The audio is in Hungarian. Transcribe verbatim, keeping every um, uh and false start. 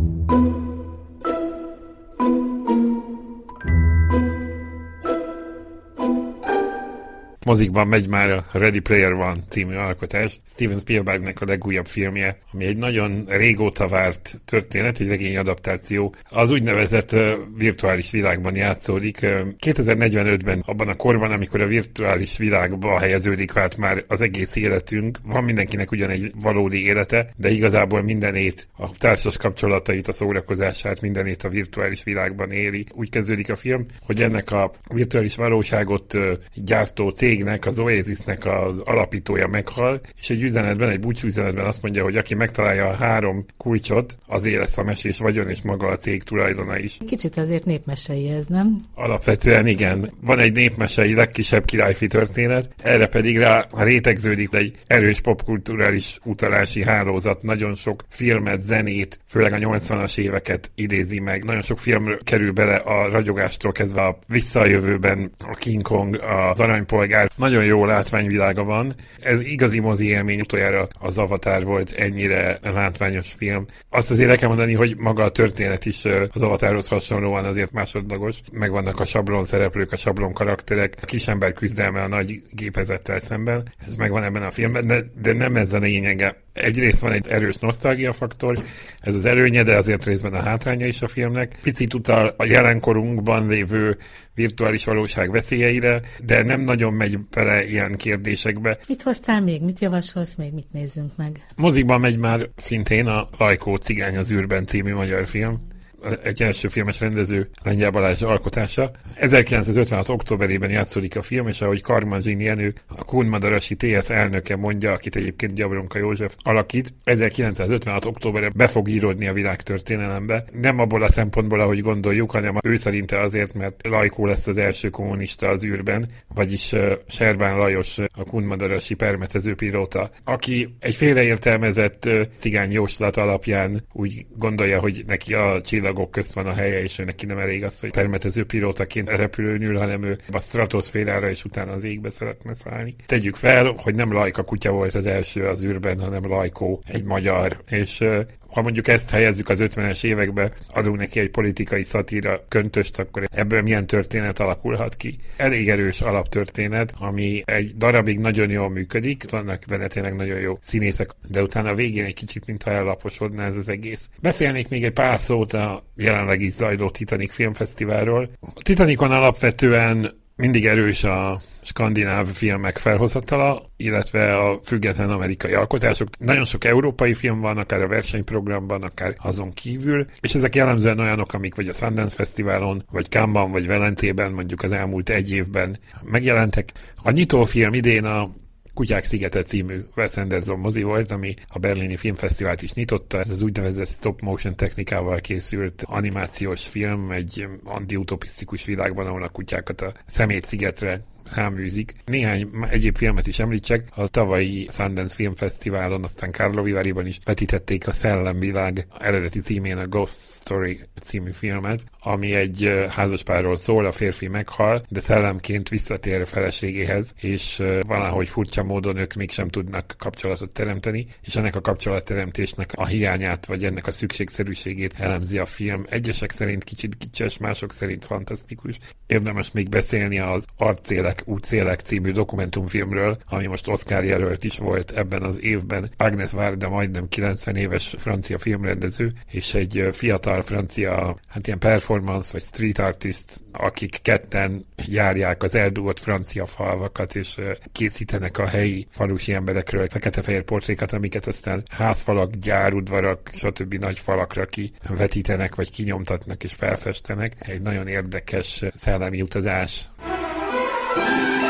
Mozikban megy már a Ready Player One című alkotás, Steven Spielbergnek a legújabb filmje, ami egy nagyon régóta várt történet, egy regény adaptáció. Az úgynevezett uh, virtuális világban játszódik. Uh, kétezer-negyvenötben, abban a korban, amikor a virtuális világba helyeződik át már az egész életünk, van mindenkinek ugyan egy valódi élete, de igazából mindenét, a társas kapcsolatait, a szórakozását, mindenét a virtuális világban éli. Úgy kezdődik a film, hogy ennek a virtuális valóságot uh, gyártó cég az Oasisnek az alapítója meghal, és egy üzenetben, egy búcsú üzenetben azt mondja, hogy aki megtalálja a három kulcsot, azé lesz a mesés vagyon, és maga a cég tulajdona is. Kicsit azért népmesei ez, nem? Alapvetően igen. Van egy népmesei legkisebb királyfi történet, erre pedig rá rétegződik egy erős popkulturális utalási hálózat, nagyon sok filmet, zenét, főleg a nyolcvanas éveket idézi meg. Nagyon sok film kerül bele a ragyogástól kezdve a Vissza a jövőben, a King Kong, az Aranypolgár. Nagyon jó látványvilága van. Ez igazi mozi élmény, utoljára az Avatar volt ennyire látványos film. Azt azért el kell mondani, hogy maga a történet is az Avatarhoz hasonlóan azért másodlagos. Megvannak a sablon szereplők, a sablon karakterek, a kisember küzdelme a nagy gépezettel szemben. Ez megvan ebben a filmben, de, de nem ez a lényege. Egyrészt van egy erős nosztalgia faktor, ez az előnye, de azért részben a hátránya is a filmnek. Picit utal a jelenkorunkban lévő virtuális valóság veszélyeire, de nem nagyon megy bele ilyen kérdésekbe. Mit hoztál még? Mit javasolsz még? Mit nézzünk meg? Mozikban megy már szintén a Lajkó Cigány az űrben című magyar film. Egy első filmes rendező, Lengyel Balázs alkotása. ezerkilencszázötvenhat októberében játszódik a film, és ahogy Karmazsin Jenő, a Kunmadarasi té es elnöke mondja, akit egyébként Gyabronka József alakít, ezerkilencszázötvenhat októberben be fog íródni a világtörténelembe. Nem abból a szempontból, ahogy gondoljuk, hanem ő szerinte azért, mert Lajkó lesz az első kommunista az űrben, vagyis uh, Serbán Lajos, a Kunmadarasi permetező pilóta, aki egy félreértelmezett uh, cigány jóslat alapján úgy gondolja, hogy neki a csillag közt van a helye, és ő neki nem elég az, hogy permetező pilótaként repülőn ül, hanem ő a stratoszférára és utána az égbe szeretne szállni. Tegyük fel, hogy nem Lajka kutya volt az első az űrben, hanem Lajkó, egy magyar, és ha mondjuk ezt helyezzük az ötvenes évekbe, adunk neki egy politikai szatíra köntöst, akkor ebből milyen történet alakulhat ki. Elég erős alaptörténet, ami egy darabig nagyon jól működik, vannak benne tényleg nagyon jó színészek, de utána a végén egy kicsit mintha ellaposodna ez az egész. Beszélnék még egy pár szót a jelenleg is zajló Titanic filmfesztiválról. A Titanicon alapvetően mindig erős a skandináv filmek felhozatala, illetve a független amerikai alkotások. Nagyon sok európai film van, akár a versenyprogramban, akár azon kívül, és ezek jellemzően olyanok, amik vagy a Sundance Fesztiválon, vagy Cannes-ban, vagy Velencében mondjuk az elmúlt egy évben megjelentek. A nyitófilm idén a Kutyák szigete című Wes Anderson mozi volt, ami a berlini filmfesztivált is nyitotta. Ez az úgynevezett stop motion technikával készült animációs film egy antiutopisztikus világban, ahol a kutyákat a Szemét szigetre száműzik. Néhány egyéb filmet is említsek. A tavalyi Sundance Filmfesztiválon, aztán Karlovy Varyban is vetítették a Szellemvilág eredeti címén a Ghost Story című filmet, ami egy házaspárról szól, a férfi meghal, de szellemként visszatér a feleségéhez, és valahogy furcsa módon ők mégsem tudnak kapcsolatot teremteni, és ennek a kapcsolatteremtésnek a hiányát, vagy ennek a szükségszerűségét elemzi a film. Egyesek szerint kicsit kicses, mások szerint fantasztikus. Érdemes még beszélni az Arcélek, Útszélek című dokumentumfilmről, ami most Oscar jelölt is volt ebben az évben. Agnes Varda majdnem kilencven éves francia filmrendező, és egy fiatal francia, hát ilyen performance vagy street artist, akik ketten járják az eldugott francia falvakat, és készítenek a helyi falusi emberekről fekete-fehér portrékat, amiket aztán házfalak, gyárudvarak, stb. Nagy falakra kivetítenek, vagy kinyomtatnak és felfestenek. Egy nagyon érdekes szellemi utazás.